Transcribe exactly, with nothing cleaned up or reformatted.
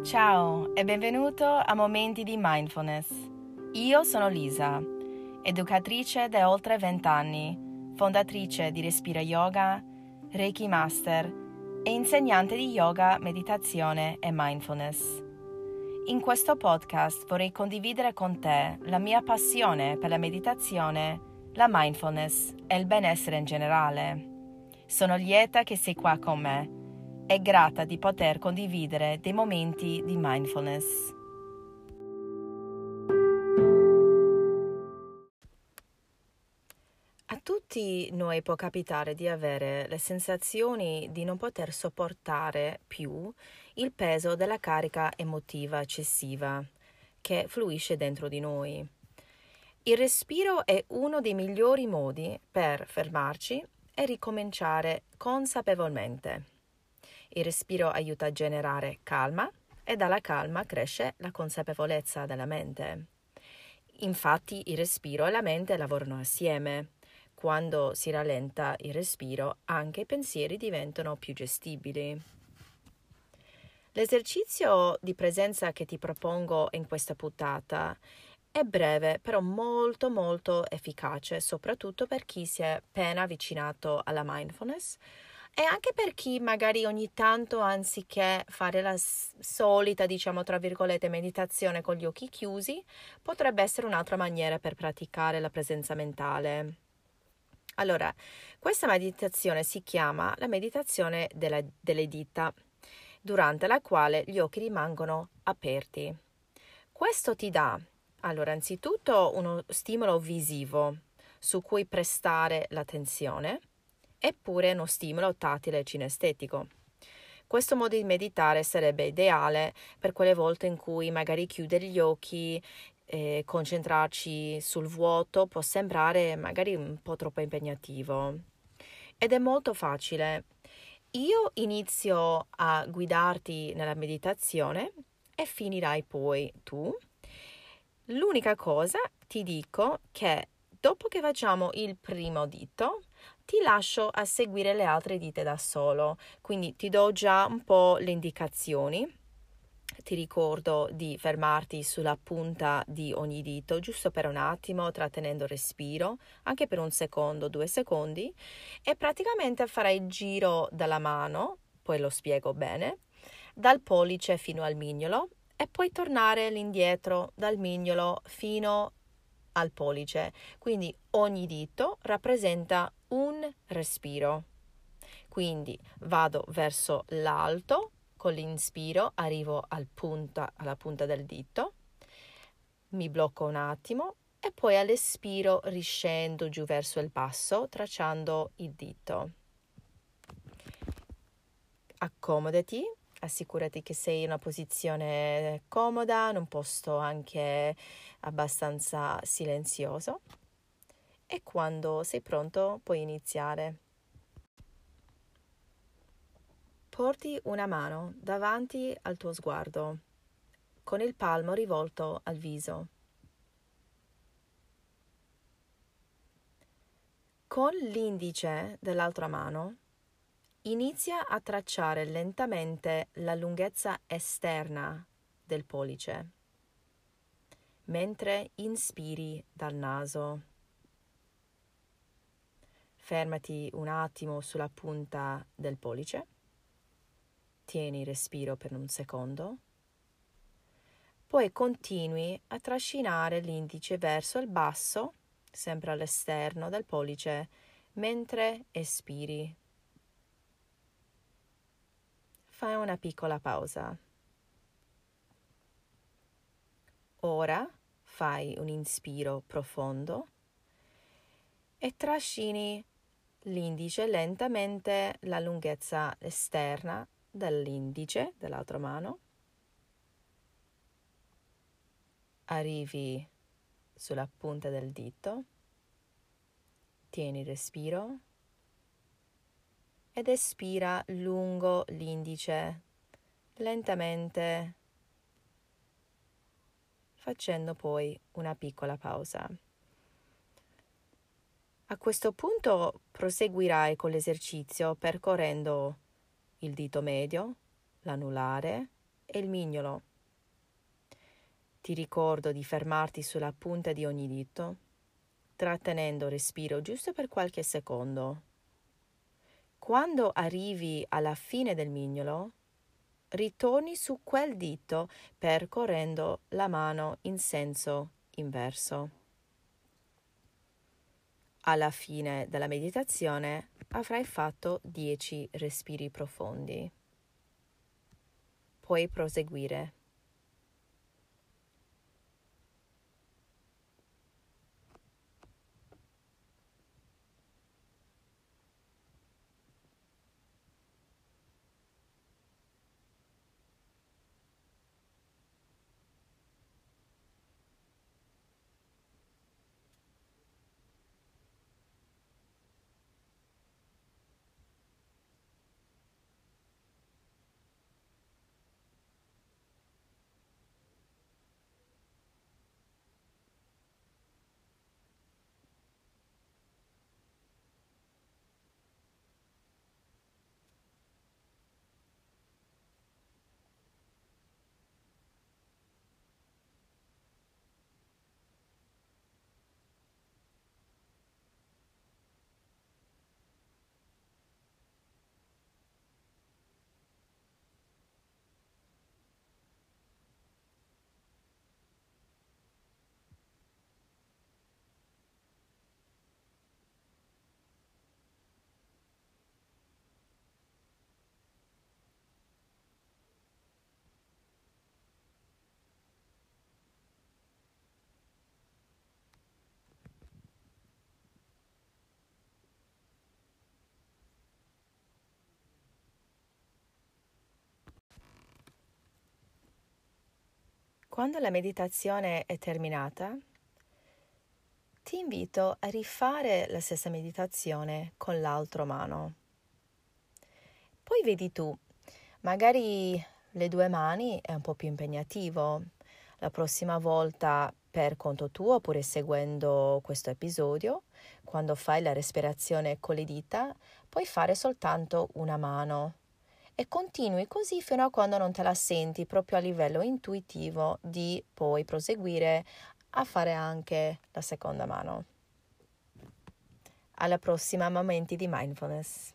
Ciao e benvenuto a Momenti di Mindfulness. Io sono Lisa, educatrice da oltre vent'anni, fondatrice di Respira Yoga, Reiki Master e insegnante di yoga, meditazione e mindfulness. In questo podcast vorrei condividere con te la mia passione per la meditazione, la mindfulness e il benessere in generale. Sono lieta che sei qua con me e grata di poter condividere dei momenti di mindfulness. A tutti noi può capitare di avere le sensazioni di non poter sopportare più il peso della carica emotiva eccessiva che fluisce dentro di noi. Il respiro è uno dei migliori modi per fermarci e ricominciare consapevolmente. Il respiro aiuta a generare calma e dalla calma cresce la consapevolezza della mente. Infatti il respiro e la mente lavorano assieme. Quando si rallenta il respiro, anche i pensieri diventano più gestibili. L'esercizio di presenza che ti propongo in questa puntata è breve, però molto molto efficace, soprattutto per chi si è appena avvicinato alla mindfulness e anche per chi magari ogni tanto, anziché fare la solita, diciamo tra virgolette, meditazione con gli occhi chiusi, potrebbe essere un'altra maniera per praticare la presenza mentale. Allora, questa meditazione si chiama la meditazione della, delle dita, durante la quale gli occhi rimangono aperti. Questo ti dà, allora, anzitutto uno stimolo visivo su cui prestare l'attenzione, eppure uno stimolo tattile e cinestetico. Questo modo di meditare sarebbe ideale per quelle volte in cui magari chiudere gli occhi e concentrarci sul vuoto può sembrare magari un po' troppo impegnativo. Ed è molto facile. Io inizio a guidarti nella meditazione e finirai poi tu. L'unica cosa ti dico che dopo che facciamo il primo dito, ti lascio a seguire le altre dita da solo, quindi ti do già un po' le indicazioni. Ti ricordo di fermarti sulla punta di ogni dito, giusto per un attimo, trattenendo il respiro, anche per un secondo, due secondi, e praticamente farai il giro dalla mano, poi lo spiego bene, dal pollice fino al mignolo, e poi tornare all'indietro dal mignolo fino al pollice. Quindi ogni dito rappresenta un respiro. Quindi vado verso l'alto, con l'inspiro arrivo al punta, alla punta del dito, mi blocco un attimo e poi all'espiro riscendo giù verso il basso, tracciando il dito. Accomodati. Assicurati che sei in una posizione comoda, in un posto anche abbastanza silenzioso, e quando sei pronto puoi iniziare. Porti una mano davanti al tuo sguardo, con il palmo rivolto al viso. Con l'indice dell'altra mano inizia a tracciare lentamente la lunghezza esterna del pollice, mentre inspiri dal naso. Fermati un attimo sulla punta del pollice, tieni il respiro per un secondo, poi continui a trascinare l'indice verso il basso, sempre all'esterno del pollice, mentre espiri. Fai una piccola pausa. Ora fai un inspiro profondo e trascini l'indice lentamente la lunghezza esterna dell'indice dell'altra mano. Arrivi sulla punta del dito, tieni il respiro ed espira lungo l'indice, lentamente, facendo poi una piccola pausa. A questo punto proseguirai con l'esercizio percorrendo il dito medio, l'anulare, e il mignolo. Ti ricordo di fermarti sulla punta di ogni dito, trattenendo il respiro giusto per qualche secondo. Quando arrivi alla fine del mignolo, ritorni su quel dito percorrendo la mano in senso inverso. Alla fine della meditazione avrai fatto dieci respiri profondi. Puoi proseguire. Quando la meditazione è terminata, ti invito a rifare la stessa meditazione con l'altra mano. Poi vedi tu, magari le due mani è un po' più impegnativo. La prossima volta, per conto tuo, oppure seguendo questo episodio, quando fai la respirazione con le dita, puoi fare soltanto una mano. E continui così fino a quando non te la senti proprio a livello intuitivo di poi proseguire a fare anche la seconda mano. Alla prossima, momenti di mindfulness.